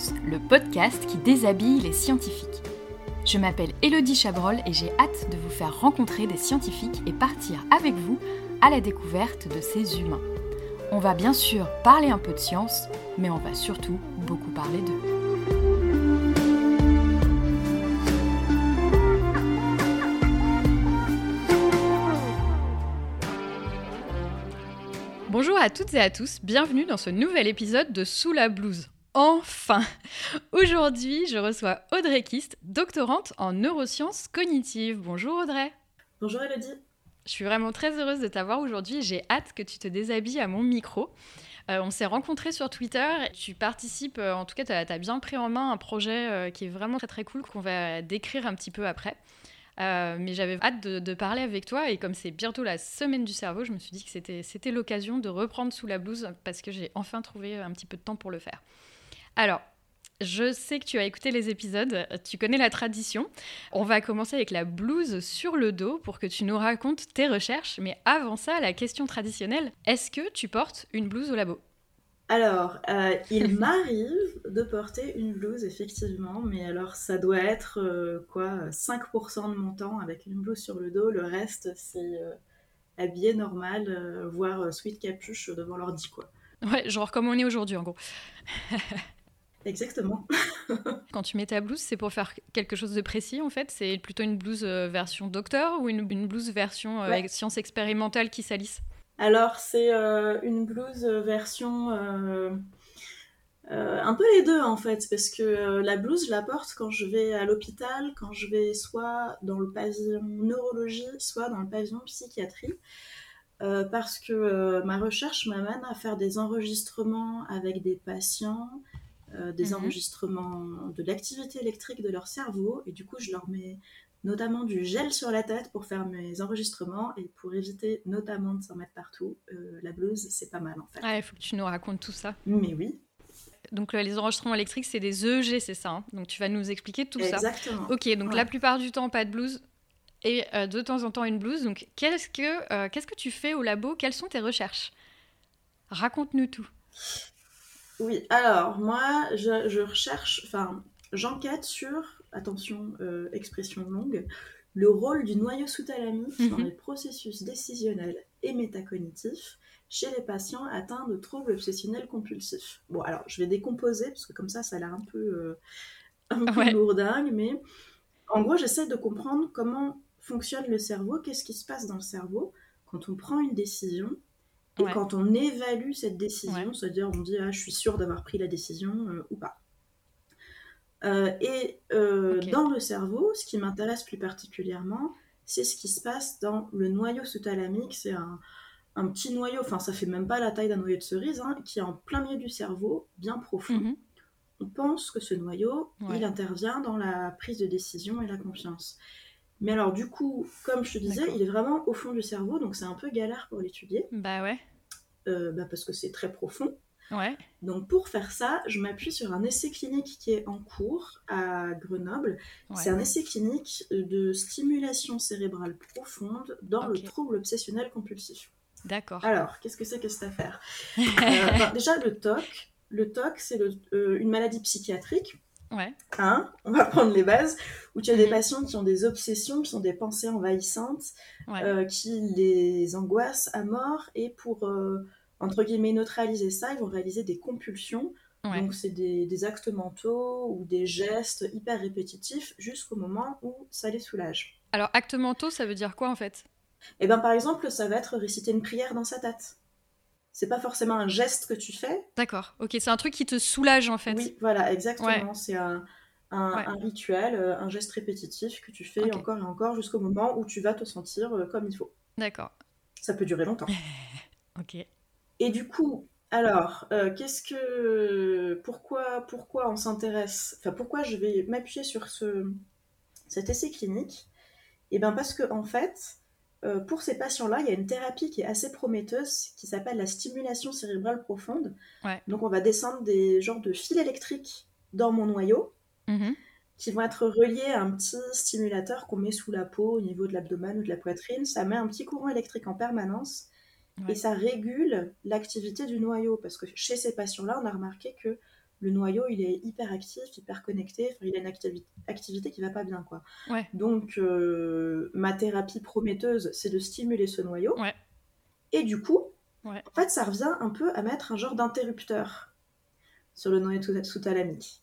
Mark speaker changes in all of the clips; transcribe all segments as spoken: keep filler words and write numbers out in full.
Speaker 1: Blouse, le podcast qui déshabille les scientifiques. Je m'appelle Élodie Chabrol et j'ai hâte de vous faire rencontrer des scientifiques et partir avec vous à la découverte de ces humains. On va bien sûr parler un peu de science, mais on va surtout beaucoup parler d'eux. Bonjour à toutes et à tous, bienvenue dans ce nouvel épisode de Sous la blouse. Enfin! Aujourd'hui, je reçois Audrey Kist, doctorante en neurosciences cognitives. Bonjour Audrey!
Speaker 2: Bonjour Élodie!
Speaker 1: Je suis vraiment très heureuse de t'avoir aujourd'hui et j'ai hâte que tu te déshabilles à mon micro. Euh, on s'est rencontrés sur Twitter, tu participes, euh, en tout cas tu as bien pris en main un projet euh, qui est vraiment très très cool qu'on va décrire un petit peu après. Euh, mais j'avais hâte de, de parler avec toi et comme c'est bientôt la semaine du cerveau, je me suis dit que c'était, c'était l'occasion de reprendre Sous la blouse parce que j'ai enfin trouvé un petit peu de temps pour le faire. Alors, je sais que tu as écouté les épisodes, tu connais la tradition. On va commencer avec la blouse sur le dos pour que tu nous racontes tes recherches. Mais avant ça, la question traditionnelle, est-ce que tu portes une blouse au labo ?
Speaker 2: Alors, euh, il m'arrive de porter une blouse, effectivement, mais alors ça doit être euh, quoi, cinq pour cent de mon temps avec une blouse sur le dos. Le reste, c'est euh, habillé normal, euh, voire euh, sweat capuche devant l'ordi, quoi.
Speaker 1: Ouais, genre comme on est aujourd'hui, en gros.
Speaker 2: Exactement.
Speaker 1: Quand tu mets ta blouse, c'est pour faire quelque chose de précis, en fait ? C'est plutôt une blouse euh, version docteur ou une, une blouse version euh,
Speaker 2: Ouais.
Speaker 1: science expérimentale qui salisse ?
Speaker 2: Alors, c'est euh, une blouse version... Euh, euh, un peu les deux, en fait, parce que euh, la blouse, je la porte quand je vais à l'hôpital, quand je vais soit dans le pavillon neurologie, soit dans le pavillon psychiatrie. Euh, parce que euh, ma recherche m'amène à faire des enregistrements avec des patients, euh, des
Speaker 1: Mhm.
Speaker 2: enregistrements de l'activité électrique de leur cerveau, et du coup je leur mets notamment du gel sur la tête pour faire mes enregistrements, et pour éviter notamment de s'en mettre partout, euh, la blouse c'est pas mal en fait.
Speaker 1: Ah, il faut que tu nous racontes tout ça.
Speaker 2: Mais oui.
Speaker 1: Donc euh, les enregistrements électriques, c'est des E E G, c'est ça, hein ? Donc tu vas nous expliquer tout ça.
Speaker 2: Exactement.
Speaker 1: Ok, donc
Speaker 2: Ouais.
Speaker 1: la plupart du temps, pas de blouse. Et euh, de temps en temps une blouse. Donc, qu'est-ce que, euh, qu'est-ce que tu fais au labo ? Quelles sont tes recherches ? Raconte-nous tout.
Speaker 2: Oui, alors moi, je, je recherche, enfin, j'enquête sur, attention, euh, expression longue, le rôle du noyau sous-thalamique
Speaker 1: Mhm.
Speaker 2: dans les processus décisionnels et métacognitifs chez les patients atteints de troubles obsessionnels compulsifs. Bon, alors, je vais décomposer, parce que comme ça, ça a l'air un peu, euh, un peu
Speaker 1: Ouais.
Speaker 2: lourdingue, mais en gros, j'essaie de comprendre comment fonctionne le cerveau, qu'est-ce qui se passe dans le cerveau quand on prend une décision et
Speaker 1: Ouais.
Speaker 2: quand on évalue cette décision,
Speaker 1: Ouais.
Speaker 2: c'est-à-dire on dit ah, je suis sûre d'avoir pris la décision euh, ou pas. Euh, et euh,
Speaker 1: Ok.
Speaker 2: dans le cerveau, ce qui m'intéresse plus particulièrement, c'est ce qui se passe dans le noyau sous-thalamique. C'est un, un petit noyau, enfin ça fait même pas la taille d'un noyau de cerise, hein, qui est en plein milieu du cerveau, bien profond.
Speaker 1: Mhm.
Speaker 2: On pense que ce noyau,
Speaker 1: Ouais.
Speaker 2: il intervient dans la prise de décision et la confiance. Mais alors du coup, comme je te disais,
Speaker 1: D'accord.
Speaker 2: il est vraiment au fond du cerveau, donc c'est un peu galère pour l'étudier,
Speaker 1: Bah ouais.
Speaker 2: euh, bah parce que c'est très profond.
Speaker 1: Ouais.
Speaker 2: Donc pour faire ça, je m'appuie sur un essai clinique qui est en cours à Grenoble.
Speaker 1: Ouais.
Speaker 2: C'est un essai clinique de stimulation cérébrale profonde dans
Speaker 1: Ok.
Speaker 2: le trouble obsessionnel compulsif.
Speaker 1: D'accord.
Speaker 2: Alors, qu'est-ce que c'est que cette affaire euh, ben, Déjà, le T O C. Le T O C, c'est le, euh, une maladie psychiatrique.
Speaker 1: Ouais.
Speaker 2: Hein, on va prendre les bases, où tu as des
Speaker 1: Mhm.
Speaker 2: patients qui ont des obsessions, qui sont des pensées envahissantes,
Speaker 1: Ouais.
Speaker 2: euh, qui les angoissent à mort, et pour, euh, entre guillemets, neutraliser ça, ils vont réaliser des compulsions.
Speaker 1: Ouais.
Speaker 2: Donc c'est des, des actes mentaux ou des gestes hyper répétitifs jusqu'au moment où ça les soulage.
Speaker 1: Alors, actes mentaux, ça veut dire quoi en fait ?
Speaker 2: Et bien par exemple, ça va être réciter une prière dans sa tête. C'est pas forcément un geste que tu fais.
Speaker 1: D'accord. Ok, c'est un truc qui te soulage en fait.
Speaker 2: Oui, voilà, exactement.
Speaker 1: Ouais.
Speaker 2: C'est un, un,
Speaker 1: Ouais.
Speaker 2: un rituel, euh, un geste répétitif que tu fais
Speaker 1: Ok.
Speaker 2: encore et encore jusqu'au moment où tu vas te sentir euh, comme il faut.
Speaker 1: D'accord.
Speaker 2: Ça peut durer longtemps.
Speaker 1: Ok.
Speaker 2: Et du coup, alors, euh, qu'est-ce que, pourquoi, pourquoi on s'intéresse, enfin pourquoi je vais m'appuyer sur ce, cet essai clinique ? Et bien parce que en fait, euh, pour ces patients-là, il y a une thérapie qui est assez prometteuse qui s'appelle la stimulation cérébrale profonde.
Speaker 1: Ouais.
Speaker 2: Donc on va descendre des genres de fils électriques dans mon noyau,
Speaker 1: Mhm.
Speaker 2: qui vont être reliés à un petit stimulateur qu'on met sous la peau au niveau de l'abdomen ou de la poitrine. Ça met un petit courant électrique en permanence et
Speaker 1: Ouais.
Speaker 2: ça régule l'activité du noyau. Parce que chez ces patients-là, on a remarqué que le noyau, il est hyper actif, hyper connecté, enfin, il a une activi- activité qui va pas bien, quoi.
Speaker 1: Ouais.
Speaker 2: Donc, euh, ma thérapie prometteuse, c'est de stimuler ce noyau.
Speaker 1: Ouais.
Speaker 2: Et du coup,
Speaker 1: Ouais.
Speaker 2: en fait, ça revient un peu à mettre un genre d'interrupteur sur le noyau sous- sous-thalamique.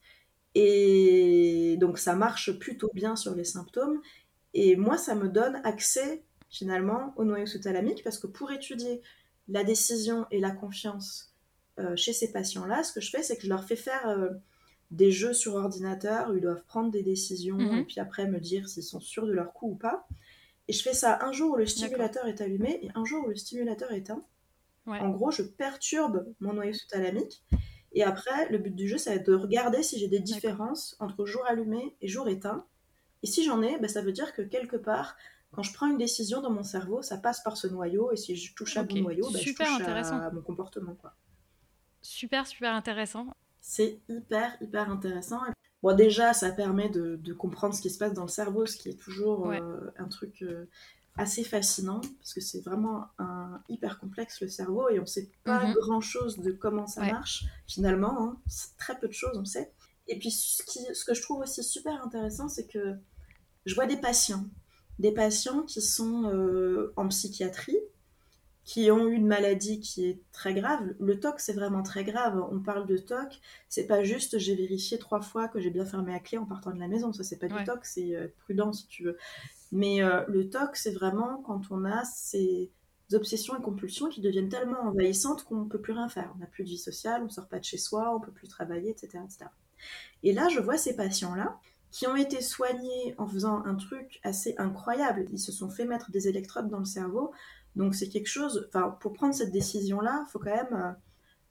Speaker 2: Et donc, ça marche plutôt bien sur les symptômes. Et moi, ça me donne accès, finalement, au noyau sous-thalamique, parce que pour étudier la décision et la confiance euh, chez ces patients-là, ce que je fais, c'est que je leur fais faire euh, des jeux sur ordinateur où ils doivent prendre des décisions
Speaker 1: Mhm.
Speaker 2: et puis après me dire s'ils sont sûrs de leur coup ou pas. Et je fais ça un jour où le
Speaker 1: D'accord.
Speaker 2: stimulateur est allumé et un jour où le stimulateur est éteint.
Speaker 1: Ouais.
Speaker 2: En gros, je perturbe mon noyau sous-thalamique. Et après, le but du jeu, ça va être de regarder si j'ai des
Speaker 1: D'accord.
Speaker 2: différences entre jour allumé et jour éteint. Et si j'en ai, bah, ça veut dire que quelque part, quand je prends une décision dans mon cerveau, ça passe par ce noyau. Et si je touche à
Speaker 1: Ok.
Speaker 2: mon noyau, bah, je
Speaker 1: Super
Speaker 2: touche
Speaker 1: intéressant.
Speaker 2: à mon comportement, quoi.
Speaker 1: Super, super intéressant.
Speaker 2: C'est hyper, hyper intéressant. Bon, déjà, ça permet de, de comprendre ce qui se passe dans le cerveau, ce qui est toujours
Speaker 1: Ouais.
Speaker 2: euh, un truc euh, assez fascinant, parce que c'est vraiment un hyper complexe, le cerveau, et on sait pas
Speaker 1: Mhm.
Speaker 2: grand-chose de comment ça
Speaker 1: Ouais.
Speaker 2: marche, finalement. Hein. C'est très peu de choses, on sait. Et puis, ce, qui, ce que je trouve aussi super intéressant, c'est que je vois des patients, des patients qui sont euh, en psychiatrie, qui ont une maladie qui est très grave. Le T O C, c'est vraiment très grave. On parle de T O C, c'est pas juste j'ai vérifié trois fois que j'ai bien fermé la clé en partant de la maison. Ça, c'est pas du
Speaker 1: Ouais.
Speaker 2: T O C, c'est euh, prudent si tu veux. Mais euh, le T O C, c'est vraiment quand on a ces obsessions et compulsions qui deviennent tellement envahissantes qu'on ne peut plus rien faire. On n'a plus de vie sociale, on ne sort pas de chez soi, on ne peut plus travailler, et cetera, et cetera. Et là, je vois ces patients-là qui ont été soignés en faisant un truc assez incroyable. Ils se sont fait mettre des électrodes dans le cerveau. Donc c'est quelque chose, enfin, pour prendre cette décision-là, il faut quand même euh,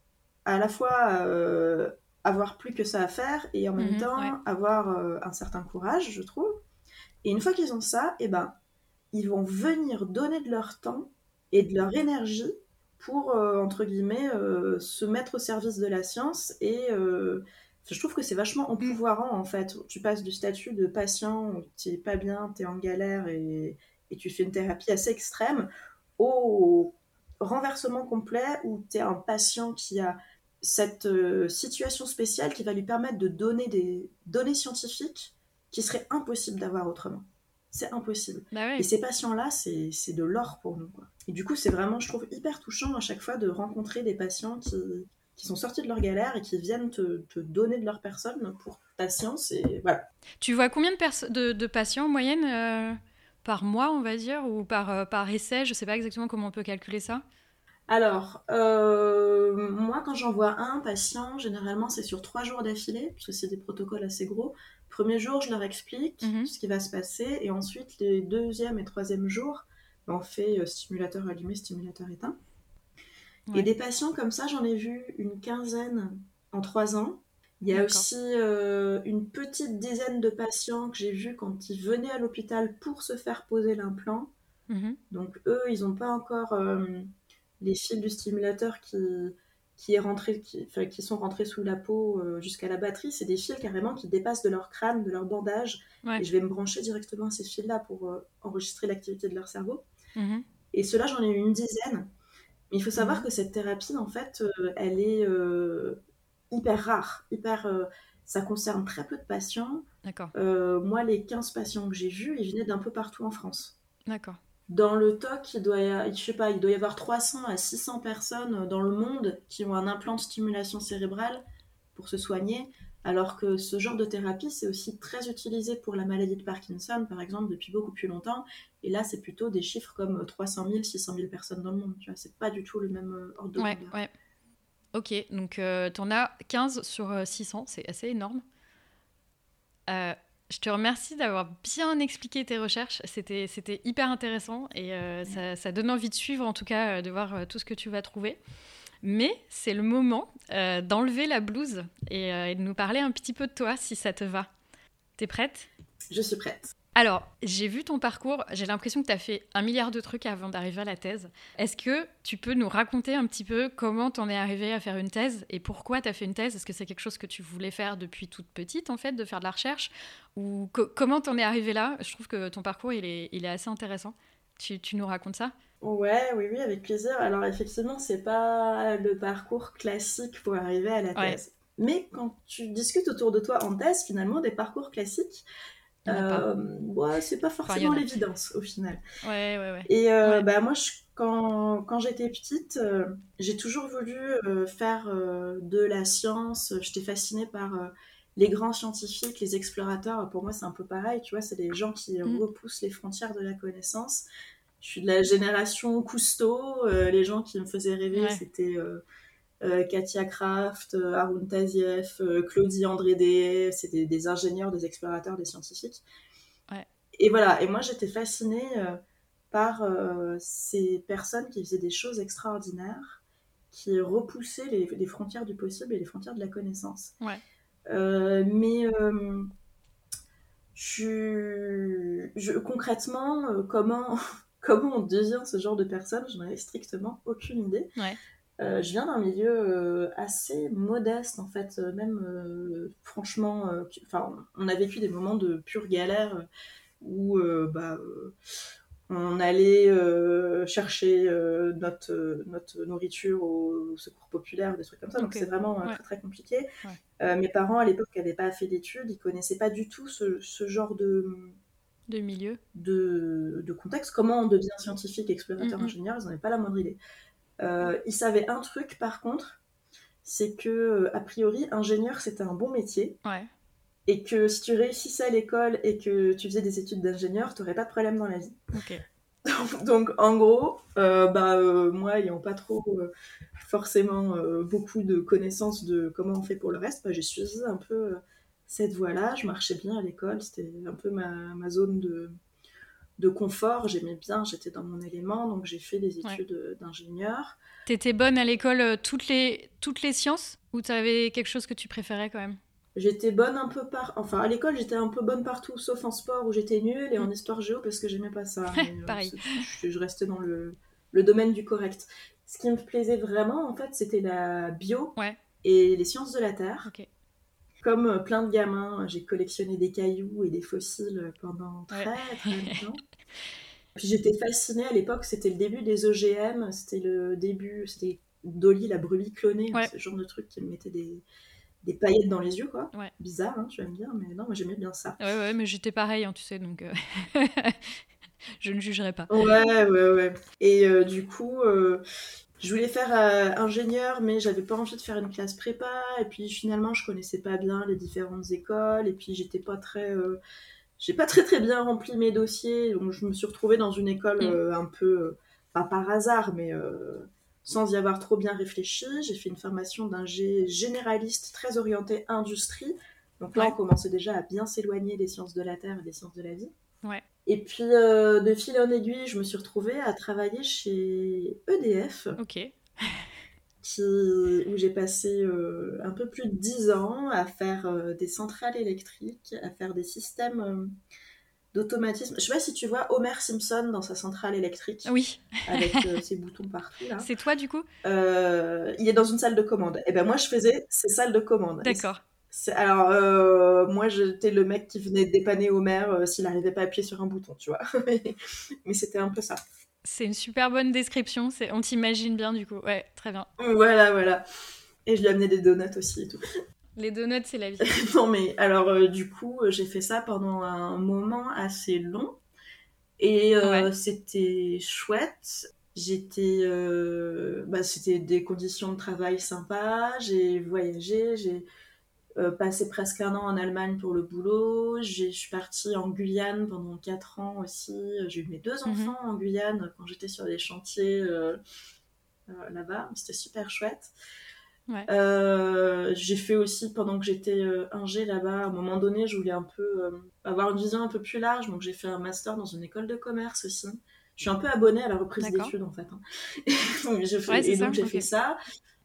Speaker 2: à la fois euh, avoir plus que ça à faire et en même
Speaker 1: Mhm. Ouais.
Speaker 2: temps avoir euh, un certain courage, je trouve. Et une fois qu'ils ont ça, eh ben, ils vont venir donner de leur temps et de leur énergie pour, euh, entre guillemets, euh, se mettre au service de la science. Et euh, je trouve que c'est vachement
Speaker 1: Mm.
Speaker 2: empouvoirant, en fait. Tu passes du statut de patient où tu n'es pas bien, tu es en galère et, et tu fais une thérapie assez extrême, au renversement complet où tu es un patient qui a cette euh, situation spéciale qui va lui permettre de donner des données scientifiques qui seraient impossibles d'avoir autrement. C'est impossible.
Speaker 1: Bah
Speaker 2: Et
Speaker 1: ouais.
Speaker 2: ces patients-là, c'est, c'est de l'or pour nous, quoi. Et du coup, c'est vraiment, je trouve, hyper touchant à chaque fois de rencontrer des patients qui, qui sont sortis de leur galère et qui viennent te, te donner de leur personne pour ta science. Et voilà.
Speaker 1: Tu vois combien de, perso- de, de patients en moyenne euh, par mois, on va dire, ou par, euh, par essai? Je sais pas exactement comment on peut calculer ça.
Speaker 2: Alors, euh, moi, quand j'envoie un patient, généralement, c'est sur trois jours d'affilée, parce que c'est des protocoles assez gros. Premier jour, je leur explique
Speaker 1: Mhm.
Speaker 2: ce qui va se passer, et ensuite, les deuxième et troisième jours, ben, on fait euh, stimulateur allumé, stimulateur éteint. Et
Speaker 1: Ouais.
Speaker 2: des patients comme ça, j'en ai vu une quinzaine en trois ans. Il y a
Speaker 1: D'accord.
Speaker 2: aussi euh, une petite dizaine de patients que j'ai vus quand ils venaient à l'hôpital pour se faire poser l'implant.
Speaker 1: Mhm.
Speaker 2: Donc eux, ils n'ont pas encore euh, les fils du stimulateur qui, qui, est rentré, qui, enfin, qui sont rentrés sous la peau euh, jusqu'à la batterie. C'est des fils carrément qui dépassent de leur crâne, de leur bandage.
Speaker 1: Ouais.
Speaker 2: Et je vais me brancher directement à ces fils-là pour euh, enregistrer l'activité de leur cerveau.
Speaker 1: Mhm.
Speaker 2: Et ceux-là, j'en ai eu une dizaine. Mais il faut savoir
Speaker 1: Mhm.
Speaker 2: que cette thérapie, en fait, euh, elle est euh, hyper rare. Hyper, euh, ça concerne très peu de patients.
Speaker 1: D'accord.
Speaker 2: Euh, moi, les quinze patients que j'ai vus, ils venaient d'un peu partout en France.
Speaker 1: D'accord.
Speaker 2: Dans le T O C, il doit, y, je sais pas, il doit y avoir trois cents à six cents personnes dans le monde qui ont un implant de stimulation cérébrale pour se soigner, alors que ce genre de thérapie, c'est aussi très utilisé pour la maladie de Parkinson, par exemple, depuis beaucoup plus longtemps. Et là, c'est plutôt des chiffres comme trois cent mille, six cent mille personnes dans le monde. Tu vois, c'est pas du tout le même euh, ordre de
Speaker 1: Ouais.
Speaker 2: grandeur.
Speaker 1: Ouais. Ok. Donc, euh, t'en as quinze sur euh, six cents. C'est assez énorme. Euh, je te remercie d'avoir bien expliqué tes recherches. C'était, c'était hyper intéressant et euh, ça, ça donne envie de suivre, en tout cas, euh, de voir euh, tout ce que tu vas trouver. Mais c'est le moment euh, d'enlever la blouse et, euh, et de nous parler un petit peu de toi, si ça te va. T'es prête?
Speaker 2: Je suis prête.
Speaker 1: Alors, j'ai vu ton parcours, j'ai l'impression que tu as fait un milliard de trucs avant d'arriver à la thèse. Est-ce que tu peux nous raconter un petit peu comment t'en es arrivé à faire une thèse et pourquoi tu as fait une thèse? Est-ce que c'est quelque chose que tu voulais faire depuis toute petite, en fait, de faire de la recherche? Ou co- comment t'en es arrivé là? Je trouve que ton parcours, il est, il est assez intéressant. Tu, tu nous racontes ça?
Speaker 2: Ouais, oui, oui, avec plaisir. Alors effectivement, c'est pas le parcours classique pour arriver à la
Speaker 1: Ouais.
Speaker 2: thèse. Mais quand tu discutes autour de toi en thèse, finalement, des parcours classiques,
Speaker 1: Il n'y en a pas.
Speaker 2: euh, ouais, c'est pas
Speaker 1: Enfin, il y
Speaker 2: forcément
Speaker 1: en a.
Speaker 2: l'évidence au final.
Speaker 1: Ouais, ouais, ouais.
Speaker 2: Et euh,
Speaker 1: Ouais.
Speaker 2: bah, moi, je- quand, quand j'étais petite, euh, j'ai toujours voulu euh, faire euh, de la science. J'étais fascinée par euh, les grands scientifiques, les explorateurs. Pour moi, c'est un peu pareil, tu vois, c'est des gens qui
Speaker 1: Mm.
Speaker 2: repoussent les frontières de la connaissance. Je suis de la génération Cousteau. Euh, les gens qui me faisaient rêver,
Speaker 1: Ouais.
Speaker 2: c'était euh, euh, Katia Kraft, euh, Arun Tazieff, euh, Claudie Andrédé. C'est des, des ingénieurs, des explorateurs, des scientifiques.
Speaker 1: Ouais.
Speaker 2: Et voilà, et moi j'étais fascinée euh, par euh, ces personnes qui faisaient des choses extraordinaires, qui repoussaient les, les frontières du possible et les frontières de la connaissance.
Speaker 1: Ouais.
Speaker 2: Euh, mais euh, je, je, concrètement, euh, comment, comment on devient ce genre de personne, je n'en ai strictement aucune idée.
Speaker 1: Ouais.
Speaker 2: Euh, je viens d'un milieu euh, assez modeste, en fait, euh, même euh, franchement, euh, enfin, on a vécu des moments de pure galère euh, où euh, bah, euh, on allait euh, chercher euh, notre, euh, notre nourriture au, au secours populaire, des trucs comme ça. Donc
Speaker 1: Ok.
Speaker 2: c'est vraiment euh,
Speaker 1: Ouais.
Speaker 2: très très compliqué.
Speaker 1: Ouais.
Speaker 2: Euh, mes parents à l'époque n'avaient pas fait d'études, ils connaissaient pas du tout ce, ce genre de,
Speaker 1: De milieu.
Speaker 2: de, de contexte. Comment on devient scientifique,
Speaker 1: Mm,
Speaker 2: explorateur,
Speaker 1: mm.
Speaker 2: ingénieur, ils n'en avaient pas la moindre idée. Euh, ils savaient un truc par contre, c'est que euh, a priori ingénieur c'était un bon métier.
Speaker 1: Ouais.
Speaker 2: Et que si tu réussissais à l'école et que tu faisais des études d'ingénieur, tu n'aurais pas de problème dans la vie.
Speaker 1: Ok.
Speaker 2: Donc en gros, euh, bah, euh, moi ayant pas trop euh, forcément euh, beaucoup de connaissances de comment on fait pour le reste, bah, j'ai suivi un peu euh, cette voie-là. Je marchais bien à l'école, c'était un peu ma, ma zone de, de confort. J'aimais bien, j'étais dans mon élément, donc j'ai fait des
Speaker 1: Ouais.
Speaker 2: études euh, d'ingénieur.
Speaker 1: T'étais bonne à l'école euh, toutes les toutes les sciences ou t'avais quelque chose que tu préférais quand même?
Speaker 2: J'étais bonne un peu par... Enfin, à l'école, j'étais un peu bonne partout, sauf en sport où j'étais nulle et
Speaker 1: Mm.
Speaker 2: en histoire géo parce que j'aimais pas ça. Mais euh,
Speaker 1: Pareil.
Speaker 2: je, je restais dans le, le domaine du correct. Ce qui me plaisait vraiment, en fait, c'était la bio
Speaker 1: Ouais.
Speaker 2: et les sciences de la Terre.
Speaker 1: Ok.
Speaker 2: Comme euh, plein de gamins, j'ai collectionné des cailloux et des fossiles pendant
Speaker 1: Ouais.
Speaker 2: très très longtemps. Puis j'étais fascinée à l'époque, c'était le début des O G M, c'était le début, c'était Dolly la brebis clonée,
Speaker 1: Ouais.
Speaker 2: c'est le genre de truc qui me mettait des, des paillettes dans les yeux, quoi.
Speaker 1: Ouais.
Speaker 2: Bizarre, hein, tu vas me dire, mais non, moi j'aimais bien ça.
Speaker 1: Ouais, ouais, mais j'étais pareil, hein, tu sais, donc euh, je ne jugerai pas.
Speaker 2: Ouais, ouais, ouais. Et euh, du coup, euh, je voulais faire euh, ingénieur, mais j'avais pas envie de faire une classe prépa. Et puis finalement, je connaissais pas bien les différentes écoles. Et puis j'étais pas très, euh, j'ai pas très très bien rempli mes dossiers. Donc je me suis retrouvée dans une école
Speaker 1: Mm.
Speaker 2: euh, un peu, euh, pas par hasard, mais euh, sans y avoir trop bien réfléchi. J'ai fait une formation d'ingé généraliste très orientée industrie. Donc là, on
Speaker 1: Ouais.
Speaker 2: commençait déjà à bien s'éloigner des sciences de la Terre et des sciences de la vie.
Speaker 1: Ouais.
Speaker 2: Et puis, euh, de fil en aiguille, je me suis retrouvée à travailler chez E D F,
Speaker 1: Ok.
Speaker 2: qui, où j'ai passé euh, un peu plus de dix ans à faire euh, des centrales électriques, à faire des systèmes euh, d'automatisme. Je sais pas si tu vois Homer Simpson dans sa centrale électrique,
Speaker 1: Oui.
Speaker 2: avec euh, ses boutons partout, là.
Speaker 1: C'est toi du coup?
Speaker 2: Euh, il est dans une salle de commande. Et ben moi, je faisais ces salles de commande. Et
Speaker 1: D'accord.
Speaker 2: c'est- alors, euh, moi, j'étais le mec qui venait dépanner Homer euh, s'il n'arrivait pas à appuyer sur un bouton, tu vois. mais mais c'était un peu ça.
Speaker 1: C'est une super bonne description. C'est... On t'imagine bien du coup. Ouais, très bien.
Speaker 2: Voilà, voilà. Et je lui amenais des donuts aussi et tout.
Speaker 1: Les donuts, c'est la vie.
Speaker 2: Non, mais alors, euh, du coup, j'ai fait ça pendant un moment assez long. Et
Speaker 1: Ouais.
Speaker 2: euh, c'était chouette. J'étais. Euh, bah, c'était des conditions de travail sympas. J'ai voyagé. J'ai euh, passé presque un an en Allemagne pour le boulot. J'ai- Je suis partie en Guyane pendant quatre ans aussi. J'ai eu mes deux
Speaker 1: Mhm.
Speaker 2: enfants en Guyane quand j'étais sur les chantiers euh, euh, là-bas. C'était super chouette.
Speaker 1: Ouais.
Speaker 2: Euh, j'ai fait aussi, pendant que j'étais euh, ingé là-bas, à un moment donné, je voulais un peu euh, avoir une vision un peu plus large, donc j'ai fait un master dans une école de commerce aussi. Je suis un peu abonnée à la reprise
Speaker 1: D'accord.
Speaker 2: d'études en fait. Hein. donc, j'ai
Speaker 1: Ouais,
Speaker 2: fait,
Speaker 1: c'est
Speaker 2: et
Speaker 1: ça.
Speaker 2: donc j'ai
Speaker 1: Ok.
Speaker 2: fait ça.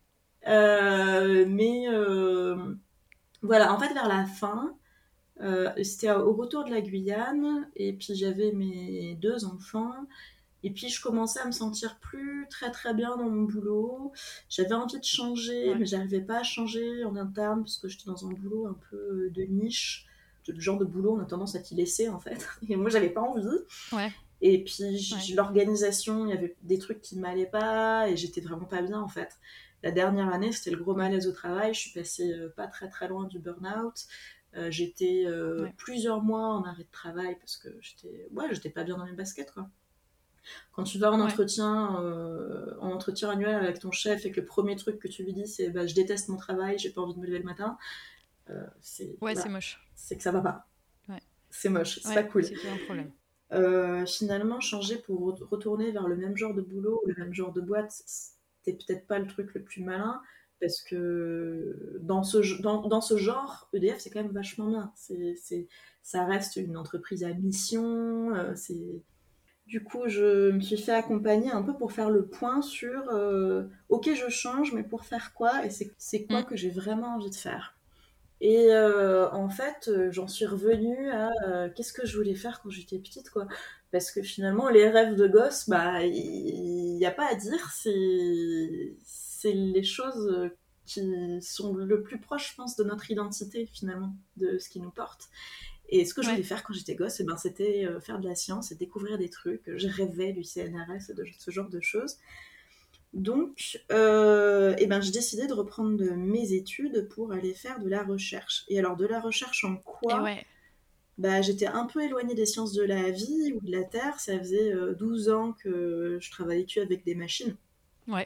Speaker 2: Euh, mais euh, voilà, en fait, vers la fin, euh, c'était au retour de la Guyane, et puis j'avais mes deux enfants. Et puis je commençais à me sentir plus très très bien dans mon boulot. J'avais envie de changer,
Speaker 1: Ouais.
Speaker 2: mais j'arrivais pas à changer en interne parce que j'étais dans un boulot un peu de niche. Le genre de boulot, on a tendance à t'y laisser en fait. Et moi, j'avais pas envie.
Speaker 1: Ouais.
Speaker 2: Et puis
Speaker 1: Ouais.
Speaker 2: j- l'organisation, il y avait des trucs qui m'allaient pas et j'étais vraiment pas bien en fait. la dernière année, c'était le gros malaise au travail. Je suis passée euh, pas très très loin du burn-out. Euh, j'étais euh,
Speaker 1: Ouais.
Speaker 2: plusieurs mois en arrêt de travail parce que j'étais, ouais, j'étais pas bien dans mes baskets, quoi. Quand tu vas en
Speaker 1: Ouais.
Speaker 2: entretien, euh, en entretien annuel avec ton chef et que le premier truc que tu lui dis c'est bah, je déteste mon travail, j'ai pas envie de me lever le matin, euh, c'est
Speaker 1: Ouais, c'est
Speaker 2: voilà,
Speaker 1: moche.
Speaker 2: c'est que ça va pas.
Speaker 1: Ouais.
Speaker 2: C'est moche, c'est pas
Speaker 1: Ouais,
Speaker 2: cool.
Speaker 1: c'est qu'il y a un problème.
Speaker 2: Euh, finalement, changer pour re- retourner vers le même genre de boulot, le même genre de boîte, c'était peut-être pas le truc le plus malin, parce que dans ce, dans, dans ce genre, E D F, c'est quand même vachement bien. C'est, c'est, ça reste une entreprise à mission. Euh, c'est... Du coup, je me suis fait accompagner un peu pour faire le point sur, euh, ok, je change, mais pour faire quoi? Et c'est, c'est quoi
Speaker 1: Mm.
Speaker 2: que j'ai vraiment envie de faire? Et euh, en fait, euh, j'en suis revenue à euh, qu'est-ce que je voulais faire quand j'étais petite, quoi. Parce que finalement, les rêves de gosse, bah, il n'y a pas à dire, c'est c'est les choses qui sont le plus proches, je pense, de notre identité, finalement, de ce qui nous porte. Et ce que je voulais
Speaker 1: Ouais.
Speaker 2: faire quand j'étais gosse, eh ben, c'était euh, faire de la science et découvrir des trucs. Je rêvais du C N R S et de ce genre de choses. Donc, euh, eh ben, j'ai décidé de reprendre de mes études pour aller faire de la recherche. Et alors, de la recherche en
Speaker 1: Et
Speaker 2: quoi?
Speaker 1: ouais.
Speaker 2: Bah, j'étais un peu éloignée des sciences de la vie ou de la Terre. Ça faisait euh, douze ans que je travaillais que avec des machines.
Speaker 1: Ouais.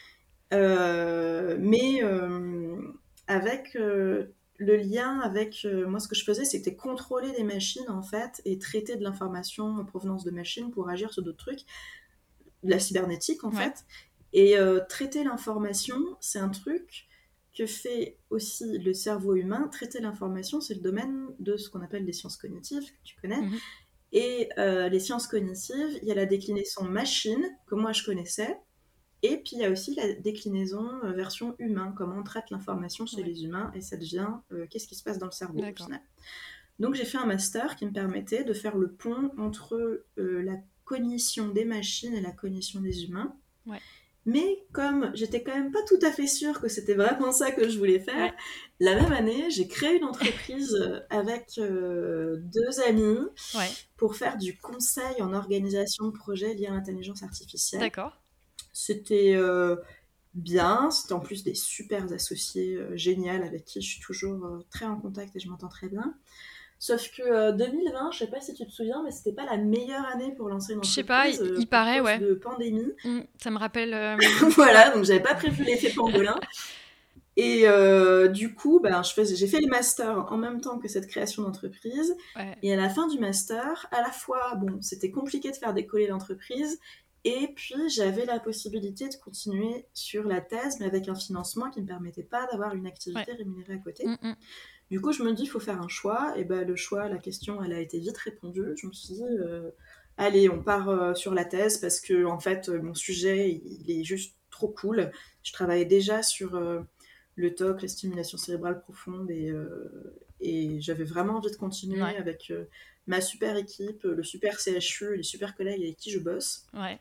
Speaker 2: Euh, mais euh, avec euh, le lien avec euh, moi, ce que je faisais, c'était contrôler les machines en fait et traiter de l'information en provenance de machines pour agir sur d'autres trucs, de la cybernétique en
Speaker 1: Ouais.
Speaker 2: fait. Et euh, traiter l'information, c'est un truc que fait aussi le cerveau humain. Traiter l'information, c'est le domaine de ce qu'on appelle les sciences cognitives, que tu connais.
Speaker 1: Mhm.
Speaker 2: Et euh, les sciences cognitives, il y a la déclinaison machine, que moi je connaissais, et puis il y a aussi la déclinaison euh, version humain, comment on traite l'information chez
Speaker 1: Ouais.
Speaker 2: les humains, et ça devient euh, qu'est-ce qui se passe dans le cerveau au
Speaker 1: D'accord.
Speaker 2: final. Donc j'ai fait un master qui me permettait de faire le pont entre euh, la cognition des machines et la cognition des humains.
Speaker 1: Ouais.
Speaker 2: Mais comme j'étais quand même pas tout à fait sûre que c'était vraiment ça que je voulais faire,
Speaker 1: Ouais.
Speaker 2: la même année, j'ai créé une entreprise avec euh, deux amis
Speaker 1: Ouais.
Speaker 2: pour faire du conseil en organisation de projets liés à l'intelligence artificielle.
Speaker 1: D'accord.
Speaker 2: C'était euh, bien, c'était en plus des super associés euh, géniaux avec qui je suis toujours euh, très en contact et je m'entends très bien. Sauf que euh, deux mille vingt, je sais pas si tu te souviens, mais c'était pas la meilleure année pour lancer une
Speaker 1: Je sais pas,
Speaker 2: entreprise
Speaker 1: il,
Speaker 2: euh,
Speaker 1: il
Speaker 2: pour
Speaker 1: paraît,
Speaker 2: cause
Speaker 1: ouais.
Speaker 2: de pandémie.
Speaker 1: Mm, ça me rappelle. euh, je sais pas.
Speaker 2: Voilà, donc j'avais pas prévu l'effet pangolin. Et euh, du coup, ben, je faisais, j'ai fait le master en même temps que cette création d'entreprise.
Speaker 1: Ouais.
Speaker 2: Et à la fin du master, à la fois, bon, c'était compliqué de faire décoller l'entreprise. Et puis, j'avais la possibilité de continuer sur la thèse, mais avec un financement qui ne me permettait pas d'avoir une
Speaker 1: Ouais.
Speaker 2: activité rémunérée à côté.
Speaker 1: Mm, mm.
Speaker 2: Du coup, je me dis, il faut faire un choix. Et ben, le choix, la question, elle a été vite répondue. Je me suis dit, euh, allez, on part euh, sur la thèse parce que, en fait, euh, mon sujet, il, il est juste trop cool. Je travaillais déjà sur euh, le T O C, la stimulation cérébrale profonde, et, euh, et j'avais vraiment envie de continuer
Speaker 1: Ouais.
Speaker 2: avec euh, ma super équipe, le super C H U, les super collègues avec qui je bosse.
Speaker 1: Ouais.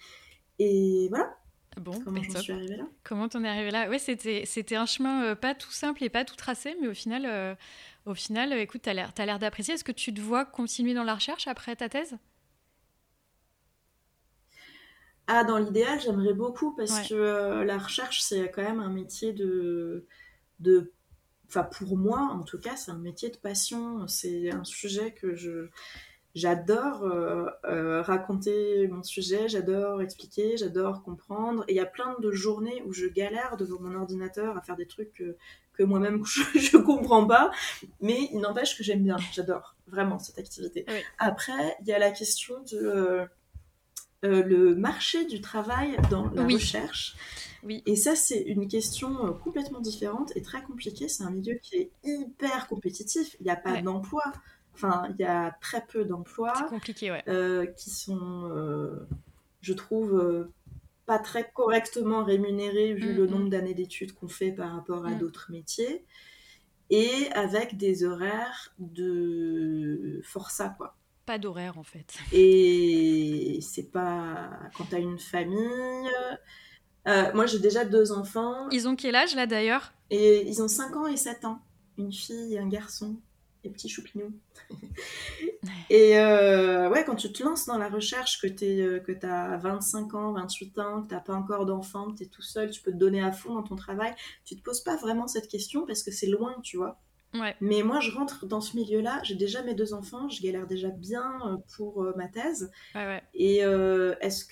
Speaker 2: Et voilà
Speaker 1: Bon,
Speaker 2: comment
Speaker 1: bah
Speaker 2: j'en
Speaker 1: top.
Speaker 2: suis arrivée là.
Speaker 1: Comment t'en es arrivé là? Ouais, c'était, c'était un chemin euh, pas tout simple et pas tout tracé, mais au final, euh, au final, euh, écoute, t'as l'air, t'as l'air d'apprécier. Est-ce que tu te vois continuer dans la recherche après ta thèse?
Speaker 2: Ah, dans l'idéal, j'aimerais beaucoup parce
Speaker 1: Ouais.
Speaker 2: que euh, la recherche, c'est quand même un métier de, de enfin pour moi en tout cas, c'est un métier de passion. C'est un sujet que je j'adore euh, euh, raconter mon sujet, j'adore expliquer, j'adore comprendre. Et il y a plein de journées où je galère devant mon ordinateur à faire des trucs que, que moi-même je, je comprends pas, mais il n'empêche que j'aime bien, j'adore vraiment cette activité.
Speaker 1: Oui.
Speaker 2: Après, il y a la question de euh, euh, le marché du travail dans la
Speaker 1: Oui.
Speaker 2: recherche.
Speaker 1: Oui.
Speaker 2: Et ça, c'est une question euh, complètement différente et très compliquée. C'est un milieu qui est hyper compétitif. Il n'y a pas
Speaker 1: Ouais.
Speaker 2: d'emploi. Enfin, il y a très peu
Speaker 1: C'est
Speaker 2: d'emplois
Speaker 1: compliqué, ouais.
Speaker 2: euh, qui sont, euh, je trouve, euh, pas très correctement rémunérés vu
Speaker 1: Mm,
Speaker 2: le
Speaker 1: mm,
Speaker 2: nombre d'années d'études qu'on fait par rapport à
Speaker 1: mm.
Speaker 2: d'autres métiers. Et avec des horaires de forçat, quoi.
Speaker 1: Pas d'horaire en fait.
Speaker 2: Et c'est pas... Quand t'as une famille... Euh, moi, j'ai déjà deux enfants.
Speaker 1: Ils ont quel âge là d'ailleurs?
Speaker 2: Et ils ont cinq ans et sept ans. Une fille et un garçon. les petits choupinous. Et euh, ouais, quand tu te lances dans la recherche, que, euh, que tu as vingt-cinq ans, vingt-huit ans, que tu n'as pas encore d'enfant, que tu es tout seul, tu peux te donner à fond dans ton travail, tu te poses pas vraiment cette question parce que c'est loin, tu vois.
Speaker 1: Ouais.
Speaker 2: Mais moi, je rentre dans ce milieu-là, j'ai déjà mes deux enfants, je galère déjà bien euh, pour euh, ma thèse.
Speaker 1: Ouais, ouais.
Speaker 2: Et euh, est-ce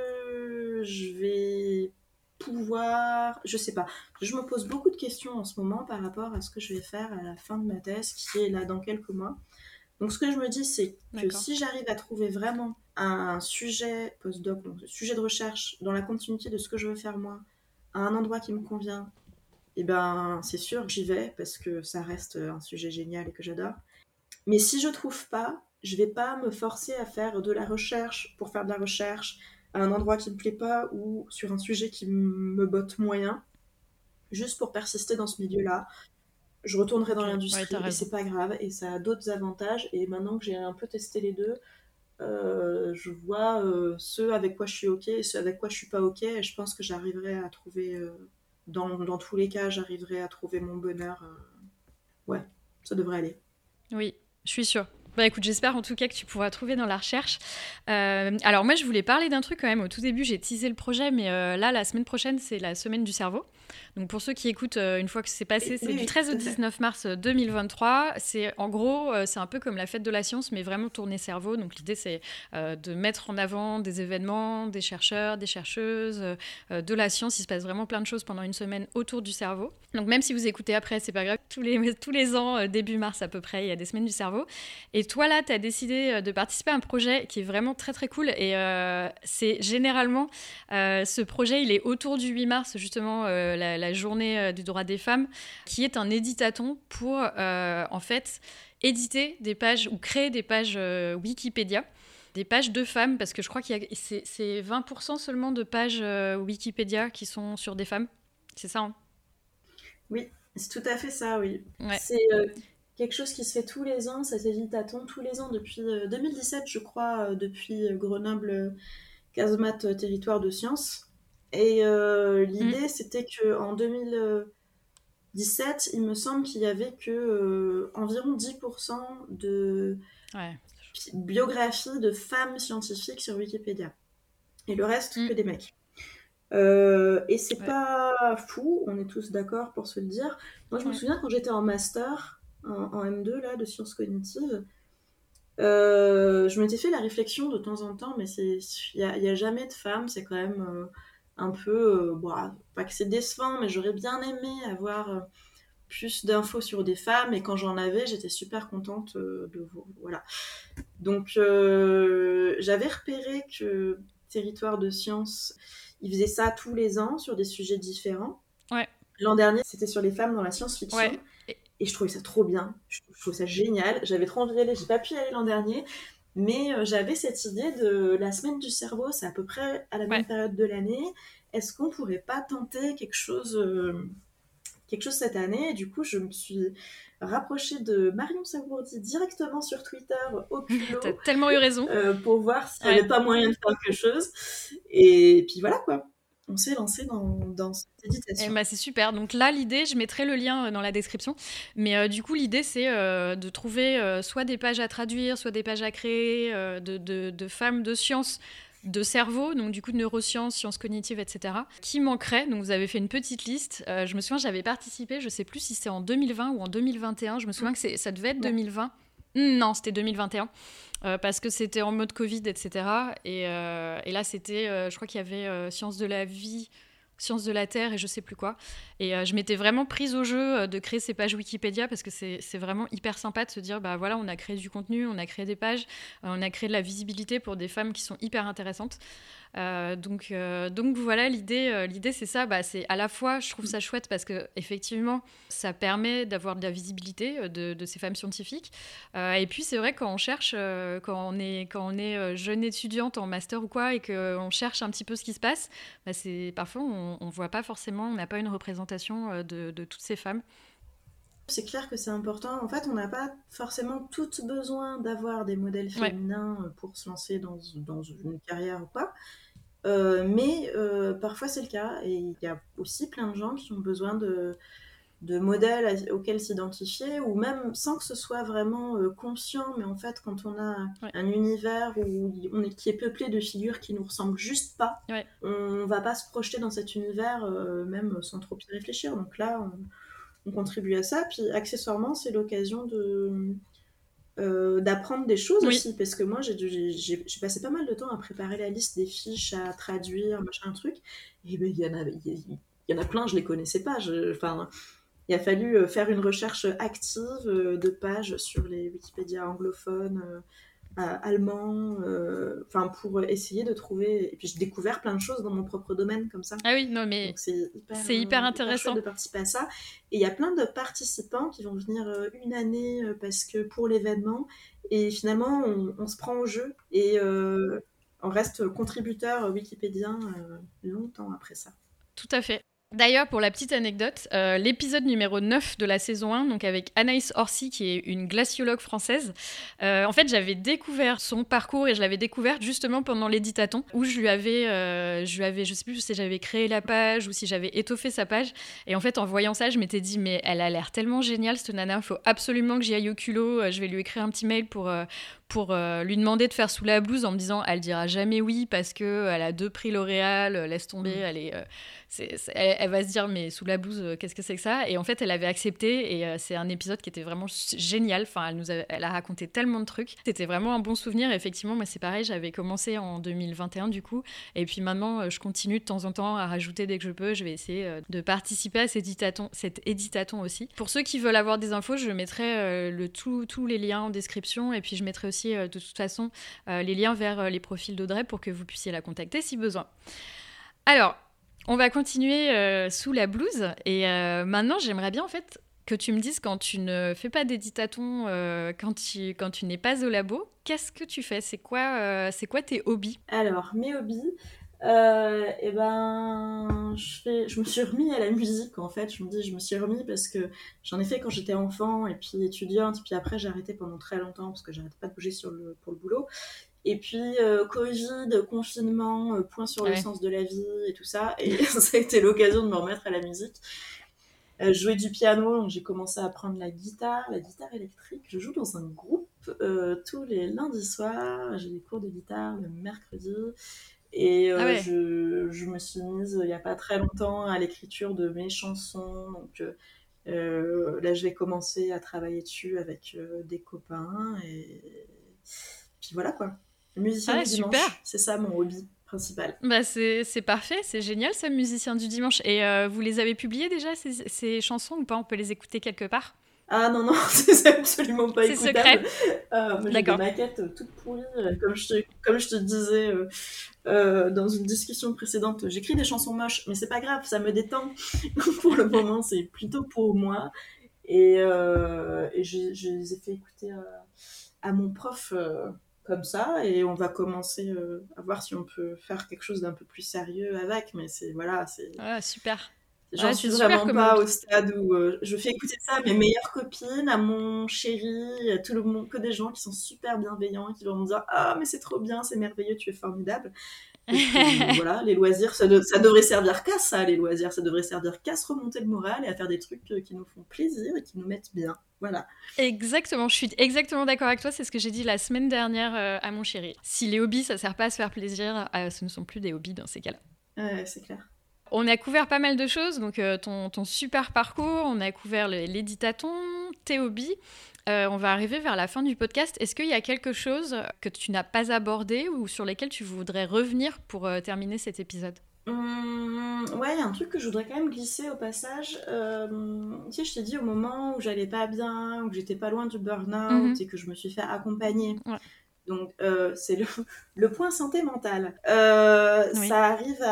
Speaker 2: que je vais pouvoir... Je sais pas. Je me pose beaucoup de questions en ce moment par rapport à ce que je vais faire à la fin de ma thèse, qui est là dans quelques mois. Donc ce que je me dis, c'est que
Speaker 1: D'accord.
Speaker 2: si j'arrive à trouver vraiment un sujet postdoc, donc un sujet de recherche dans la continuité de ce que je veux faire moi, à un endroit qui me convient, et ben c'est sûr que j'y vais parce que ça reste un sujet génial et que j'adore. Mais si je trouve pas, je vais pas me forcer à faire de la recherche pour faire de la recherche à un endroit qui me plaît pas ou sur un sujet qui me botte moyen, juste pour persister dans ce milieu-là. Je retournerai dans
Speaker 1: Ok, ouais, t'as
Speaker 2: l'industrie et
Speaker 1: raison.
Speaker 2: c'est pas grave et ça a d'autres avantages. Et maintenant que j'ai un peu testé les deux, euh, je vois euh, ce avec quoi je suis ok et ce avec quoi je suis pas ok. Et je pense que j'arriverai à trouver, euh, dans, dans tous les cas, j'arriverai à trouver mon bonheur. euh, Ouais, ça devrait aller.
Speaker 1: Oui, je suis sûre. Bah écoute, j'espère en tout cas que tu pourras trouver dans la recherche. Euh, alors moi, je voulais parler d'un truc quand même. Au tout début, j'ai teasé le projet, mais euh, là, la semaine prochaine, c'est la semaine du cerveau. Donc pour ceux qui écoutent, euh, une fois que c'est passé,
Speaker 2: Oui,
Speaker 1: c'est
Speaker 2: oui,
Speaker 1: du
Speaker 2: oui,
Speaker 1: treize au
Speaker 2: tout à fait.
Speaker 1: dix-neuf mars deux mille vingt-trois. C'est en gros, euh, c'est un peu comme la fête de la science, mais vraiment tourné cerveau. Donc l'idée, c'est euh, de mettre en avant des événements, des chercheurs, des chercheuses, euh, de la science. Il se passe vraiment plein de choses pendant une semaine autour du cerveau. Donc même si vous écoutez après, c'est pas grave. Tous les, tous les ans, euh, début mars à peu près, il y a des semaines du cerveau. Et toi, là, tu as décidé de participer à un projet qui est vraiment très, très cool. Et euh, c'est généralement, euh, ce projet, il est autour du huit mars, justement, euh, la, la journée euh, du droit des femmes, qui est un éditaton pour, euh, en fait, éditer des pages ou créer des pages euh, Wikipédia. Des pages de femmes, parce que je crois qu'il y a c'est, c'est vingt pour cent seulement de pages euh, Wikipédia qui sont sur des femmes. C'est ça, hein?
Speaker 2: Oui, c'est tout à fait ça, oui.
Speaker 1: Ouais.
Speaker 2: C'est euh, quelque chose qui se fait tous les ans, ça s'édite à Thaon tous les ans depuis euh, deux mille dix-sept, je crois, euh, depuis euh, Grenoble euh, Casemate euh, Territoire de Sciences. Et euh,
Speaker 1: Mm.
Speaker 2: l'idée, c'était qu'en deux mille dix-sept, il me semble qu'il y avait que euh, environ dix pour cent de
Speaker 1: Ouais.
Speaker 2: pi- biographies de femmes scientifiques sur Wikipédia. Et le reste,
Speaker 1: Mm.
Speaker 2: que des mecs. Euh, et c'est
Speaker 1: Ouais.
Speaker 2: pas fou, on est tous d'accord pour se le dire. Moi, je me
Speaker 1: Ouais.
Speaker 2: souviens quand j'étais en master, en, en M deux, là, de sciences cognitives, euh, je m'étais fait la réflexion de temps en temps, mais il n'y a, y a jamais de femmes, c'est quand même euh, un peu, euh, bon, pas que c'est décevant, mais j'aurais bien aimé avoir euh, plus d'infos sur des femmes, et quand j'en avais, j'étais super contente euh, de vous. Voilà. Donc, euh, j'avais repéré que Territoire de Sciences, il faisait ça tous les ans sur des sujets différents.
Speaker 1: Ouais.
Speaker 2: L'an dernier, c'était sur les femmes dans la
Speaker 1: Ouais.
Speaker 2: science-fiction.
Speaker 1: Et-
Speaker 2: Et je trouvais ça trop bien. Je, je trouvais ça génial. J'avais trop envie d'y aller. J'ai pas pu y aller l'an dernier. Mais euh, j'avais cette idée de la semaine du cerveau, c'est à peu près à la
Speaker 1: Ouais.
Speaker 2: même période de l'année. Est-ce qu'on pourrait pas tenter quelque chose, euh, quelque chose cette année? Et du coup, je me suis rapprochée de Marion Savourdi directement sur Twitter au
Speaker 1: T'as
Speaker 2: culot
Speaker 1: tellement eu raison.
Speaker 2: euh, pour voir s'il n'y
Speaker 1: Ouais.
Speaker 2: avait pas moyen de faire quelque chose. Et puis voilà quoi. On s'est lancé dans, dans cette
Speaker 1: Eh
Speaker 2: méditation.
Speaker 1: ben, c'est super. Donc là, l'idée, je mettrai le lien euh, dans la description. Mais euh, du coup, l'idée, c'est euh, de trouver euh, soit des pages à traduire, soit des pages à créer euh, de, de, de femmes de sciences, de cerveau, donc du coup de neurosciences, sciences cognitives, et cetera, qui manqueraient. Donc vous avez fait une petite liste. Euh, je me souviens, j'avais participé, je sais plus si c'est en deux mille vingt ou en deux mille vingt et un. Je me souviens que c'est, ça devait être
Speaker 2: Ouais.
Speaker 1: deux mille vingt. Hmm, Non, c'était deux mille vingt et un. Euh, parce que c'était en mode Covid, et cetera. Et, euh, et là, c'était, euh, je crois qu'il y avait euh, sciences de la vie, sciences de la Terre et je sais plus quoi. Et euh, je m'étais vraiment prise au jeu euh, de créer ces pages Wikipédia parce que c'est, c'est vraiment hyper sympa de se dire, bah voilà, on a créé du contenu, on a créé des pages, euh, on a créé de la visibilité pour des femmes qui sont hyper intéressantes. Euh, donc, euh, donc voilà, l'idée, euh, l'idée c'est ça. Bah, c'est à la fois, je trouve ça chouette parce que effectivement, ça permet d'avoir de la visibilité euh, de, de ces femmes scientifiques. Euh, et puis c'est vrai quand on cherche, euh, quand on est, quand on est euh, jeune étudiante en master ou quoi, et qu'on cherche un petit peu ce qui se passe, bah, c'est parfois on, on voit pas forcément, on n'a pas une représentation euh, de, de toutes ces femmes.
Speaker 2: C'est clair que c'est important. En fait, on n'a pas forcément toutes besoin d'avoir des modèles
Speaker 1: Ouais,
Speaker 2: féminins euh, pour se lancer dans, dans une carrière ou quoi. Euh, mais euh, parfois c'est le cas. Et il y a aussi plein de gens qui ont besoin de, de modèles à- auxquels s'identifier, ou même sans que ce soit vraiment euh, conscient, mais en fait, quand on a
Speaker 1: Ouais.
Speaker 2: un univers où on est, qui est peuplé de figures qui nous ressemblent juste pas,
Speaker 1: Ouais.
Speaker 2: on va pas se projeter dans cet univers euh, même sans trop y réfléchir. Donc là, on, on contribue à ça. Puis accessoirement, c'est l'occasion de euh, d'apprendre des choses
Speaker 1: Oui.
Speaker 2: aussi, parce que moi j'ai, dû- j'ai, j'ai- j'ai passé pas mal de temps à préparer la liste des fiches, à traduire, machin, truc, et ben il y en a, il y, il y en a plein, je les connaissais pas. Je, enfin, il a fallu euh, faire une recherche active euh, de pages sur les Wikipédia anglophones, euh, euh, allemands, euh, enfin pour essayer de trouver. Et puis j'ai découvert plein de choses dans mon propre domaine comme ça.
Speaker 1: Ah oui, non, mais
Speaker 2: Donc c'est hyper,
Speaker 1: c'est hyper
Speaker 2: euh, hyper chouette
Speaker 1: intéressant.
Speaker 2: de participer à ça. Et il y a plein de participants qui vont venir euh, une année euh, parce que pour l'événement. Et finalement, on, on se prend au jeu et euh, on reste contributeur wikipédien euh, longtemps après ça.
Speaker 1: Tout à fait. D'ailleurs, pour la petite anecdote, euh, l'épisode numéro neuf de la saison un, donc avec Anaïs Orsi, qui est une glaciologue française, euh, en fait, j'avais découvert son parcours et je l'avais découverte justement pendant l'éditaton, où je lui avais, euh, je lui avais, je sais plus si j'avais créé la page ou si j'avais étoffé sa page. Et en fait, en voyant ça, je m'étais dit, mais elle a l'air tellement géniale, cette nana, il faut absolument que j'y aille au culot. Je vais lui écrire un petit mail pour... Euh, pour euh, lui demander de faire sous la blouse en me disant elle dira jamais oui parce que elle a deux prix L'Oréal, euh, laisse tomber, elle est, euh, c'est, c'est, elle, elle va se dire mais sous la blouse euh, qu'est-ce que c'est que ça, et en fait elle avait accepté et euh, c'est un épisode qui était vraiment génial. Enfin elle nous a, elle a raconté tellement de trucs, c'était vraiment un bon souvenir. Et effectivement moi c'est pareil, j'avais commencé en deux mille vingt et un du coup, et puis maintenant euh, je continue de temps en temps à rajouter dès que je peux. Je vais essayer euh, de participer à cet éditaton, cet éditaton aussi. Pour ceux qui veulent avoir des infos, je mettrai euh, le tout, tous les liens en description, et puis je mettrai aussi de toute façon euh, les liens vers euh, les profils d'Audrey pour que vous puissiez la contacter si besoin. Alors, on va continuer euh, sous la blouse, et euh, maintenant j'aimerais bien en fait que tu me dises, quand tu ne fais pas d'éditaton, euh, quand, tu, quand tu n'es pas au labo, qu'est-ce que tu fais ? C'est quoi, euh, c'est quoi tes hobbies ?
Speaker 2: Alors, mes hobbies, euh, et ben, je, fais, je me suis remis à la musique en fait. Je me dis, je me suis remis parce que j'en ai fait quand j'étais enfant et puis étudiante. Puis après, j'ai arrêté pendant très longtemps parce que j'arrêtais pas de bouger sur le, pour le boulot. Et puis, euh, Covid, confinement, euh, point sur le
Speaker 1: Ouais.
Speaker 2: sens de la vie et tout ça. Et ça a été l'occasion de me remettre à la musique. Euh, jouer du piano, donc j'ai commencé à apprendre la guitare, la guitare électrique. Je joue dans un groupe euh, tous les lundis soirs. J'ai des cours de guitare le mercredi. Et
Speaker 1: Ah
Speaker 2: euh,
Speaker 1: ouais.
Speaker 2: je, je me suis mise il n'y a pas très longtemps à l'écriture de mes chansons. Donc euh, euh, là, je vais commencer à travailler dessus avec euh, des copains. Et puis voilà quoi. Le musicien
Speaker 1: Ah
Speaker 2: du
Speaker 1: super.
Speaker 2: dimanche, c'est ça mon hobby principal.
Speaker 1: Bah c'est, c'est parfait, c'est génial ça, musicien du dimanche. Et euh, vous les avez publiées déjà, ces, ces chansons, ou pas ? On peut les écouter quelque part ?
Speaker 2: Ah non, non, c'est absolument pas
Speaker 1: C'est secret ?
Speaker 2: écoutable. Euh, moi, j'ai des
Speaker 1: D'accord.
Speaker 2: maquettes toutes pourries. euh, Comme je te, comme je te disais euh, euh, dans une discussion précédente, j'écris des chansons moches, mais c'est pas grave, ça me détend. Pour le moment, c'est plutôt pour moi. Et, euh, et je, je les ai fait écouter à, à mon prof euh, comme ça. Et on va commencer euh, à voir si on peut faire quelque chose d'un peu plus sérieux avec. Mais c'est, voilà, c'est...
Speaker 1: Ah, super.
Speaker 2: J'en
Speaker 1: Ouais,
Speaker 2: suis
Speaker 1: c'est super
Speaker 2: vraiment
Speaker 1: comme
Speaker 2: pas
Speaker 1: hobby.
Speaker 2: au stade où euh, je fais écouter ça à mes meilleures copines, à mon chéri, à tout le monde, que des gens qui sont super bienveillants, qui vont me dire ah mais c'est trop bien, c'est merveilleux, tu es formidable. Et puis voilà, les loisirs, ça, de- ça devrait servir qu'à ça, les loisirs, ça devrait servir qu'à se remonter le moral et à faire des trucs euh, qui nous font plaisir et qui nous mettent bien. Voilà.
Speaker 1: Exactement, je suis exactement d'accord avec toi, c'est ce que j'ai dit la semaine dernière euh, à mon chéri. Si les hobbies, ça sert pas à se faire plaisir, euh, ce ne sont plus des hobbies dans ces cas-là.
Speaker 2: Ouais, c'est clair.
Speaker 1: On a couvert pas mal de choses, donc euh, ton, ton super parcours, on a couvert le- l'éditaton, tes hobbies. Euh, on va arriver vers la fin du podcast. Est-ce qu'il y a quelque chose que tu n'as pas abordé ou sur lesquels tu voudrais revenir pour euh, terminer cet épisode ?
Speaker 2: Hum, ouais, il y a un truc que je voudrais quand même glisser au passage. Euh, tu sais, je t'ai dit au moment où j'allais pas bien, où que j'étais pas loin du burn-out
Speaker 1: Mhm.
Speaker 2: et que je me suis fait accompagner.
Speaker 1: Ouais.
Speaker 2: Donc, euh, c'est le, le point santé mentale. Euh,
Speaker 1: Oui.
Speaker 2: ça arrive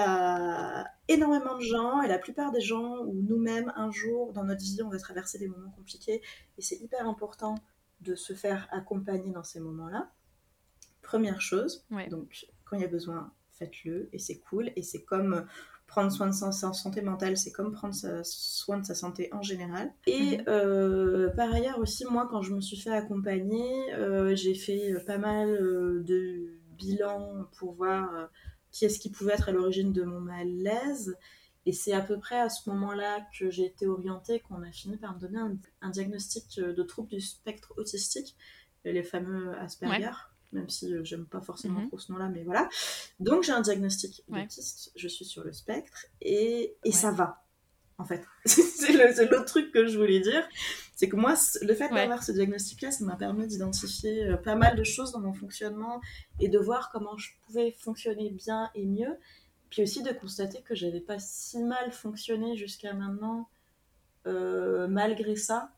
Speaker 2: à énormément de gens, et la plupart des gens, ou nous-mêmes, un jour dans notre vie, on va traverser des moments compliqués, et c'est hyper important de se faire accompagner dans ces moments-là. Première chose,
Speaker 1: Ouais.
Speaker 2: donc quand il y a besoin, faites-le, et c'est cool, et c'est comme prendre soin de sa santé mentale, c'est comme prendre sa, soin de sa santé en général. Et
Speaker 1: Mhm.
Speaker 2: euh, par ailleurs aussi, moi, quand je me suis fait accompagner, euh, j'ai fait pas mal euh, de bilans pour voir euh, qui est-ce qui pouvait être à l'origine de mon malaise. Et c'est à peu près à ce moment-là que j'ai été orientée qu'on a fini par me donner un, un diagnostic de trouble du spectre autistique, les fameux Asperger, ouais. Même si euh, j'aime pas forcément mm-hmm. trop ce nom-là, mais voilà. Donc j'ai un diagnostic ouais. d'autiste, je suis sur le spectre, et, et ouais. ça va, en fait. c'est, le, c'est l'autre truc que je voulais dire, c'est que moi, le fait ouais. d'avoir ce diagnostic-là, ça m'a permis d'identifier euh, pas mal de choses dans mon fonctionnement, et de voir comment je pouvais fonctionner bien et mieux, puis aussi de constater que j'avais pas si mal fonctionné jusqu'à maintenant, euh, malgré ça.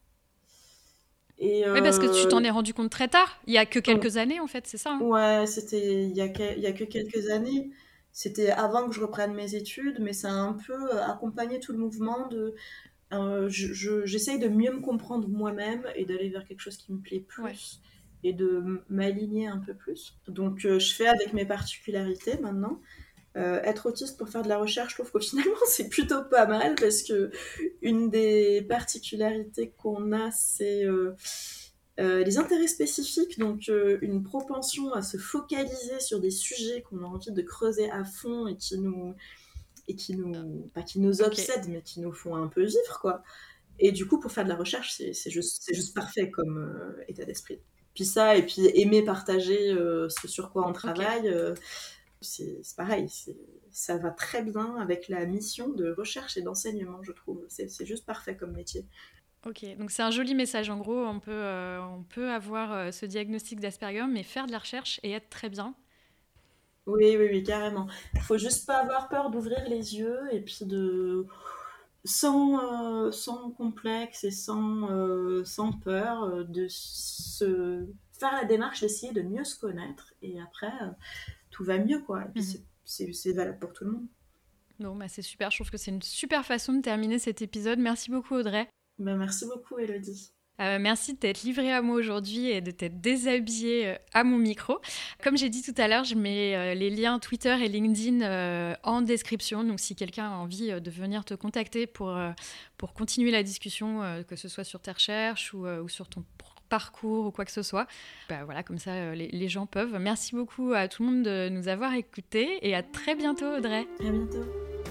Speaker 1: Et euh... Oui, parce que tu t'en es rendu compte très tard, il y a que quelques oh. années en fait, c'est ça hein
Speaker 2: Ouais, c'était il y a que, il y a que quelques années, c'était avant que je reprenne mes études, mais ça a un peu accompagné tout le mouvement de... Euh, je, je, j'essaye de mieux me comprendre moi-même et d'aller vers quelque chose qui me plaît plus ouais. et de m'aligner un peu plus. Donc euh, je fais avec mes particularités maintenant. Euh, être autiste pour faire de la recherche, je trouve qu'au finalement c'est plutôt pas mal parce que une des particularités qu'on a, c'est euh, euh, les intérêts spécifiques, donc euh, une propension à se focaliser sur des sujets qu'on a envie de creuser à fond et qui nous, et qui nous, pas qui nous obsèdent, okay. mais qui nous font un peu vivre, quoi. Et du coup, pour faire de la recherche, c'est, c'est, juste, c'est juste parfait comme euh, état d'esprit. Puis ça, et puis aimer partager euh, ce sur quoi on travaille. Okay. Euh, C'est, c'est pareil, c'est, ça va très bien avec la mission de recherche et d'enseignement, je trouve. C'est, c'est juste parfait comme métier.
Speaker 1: Ok, donc c'est un joli message. En gros, on peut, euh, on peut avoir euh, ce diagnostic d'Asperger, mais faire de la recherche et être très bien.
Speaker 2: Oui, oui, oui, carrément. Il faut juste pas avoir peur d'ouvrir les yeux et puis de... Sans, euh, sans complexe et sans, euh, sans peur, euh, de se faire la démarche d'essayer de mieux se connaître. Et après... Euh, tout va mieux, quoi. Et puis, mmh. c'est, c'est, c'est valable pour tout le monde.
Speaker 1: Bon, bah, c'est super. Je trouve que c'est une super façon de terminer cet épisode. Merci beaucoup, Audrey.
Speaker 2: Bah, merci beaucoup, Élodie.
Speaker 1: Euh, merci de t'être livrée à moi aujourd'hui et de t'être déshabillée à mon micro. Comme j'ai dit tout à l'heure, je mets euh, les liens Twitter et LinkedIn euh, en description. Donc, si quelqu'un a envie de venir te contacter pour, euh, pour continuer la discussion, euh, que ce soit sur tes recherches ou, euh, ou sur ton parcours ou quoi que ce soit, bah voilà, comme ça euh, les, les gens peuvent. Merci beaucoup à tout le monde de nous avoir écoutés et à très bientôt, Audrey.
Speaker 2: À bientôt.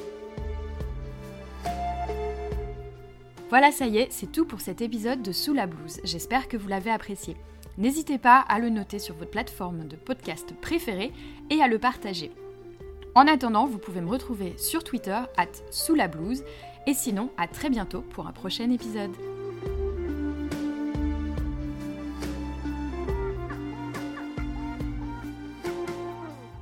Speaker 1: Voilà, ça y est, c'est tout pour cet épisode de Sous la blouse. J'espère que vous l'avez apprécié. N'hésitez pas à le noter sur votre plateforme de podcast préférée et à le partager. En attendant, vous pouvez me retrouver sur Twitter arobase sous la blouse et sinon, à très bientôt pour un prochain épisode.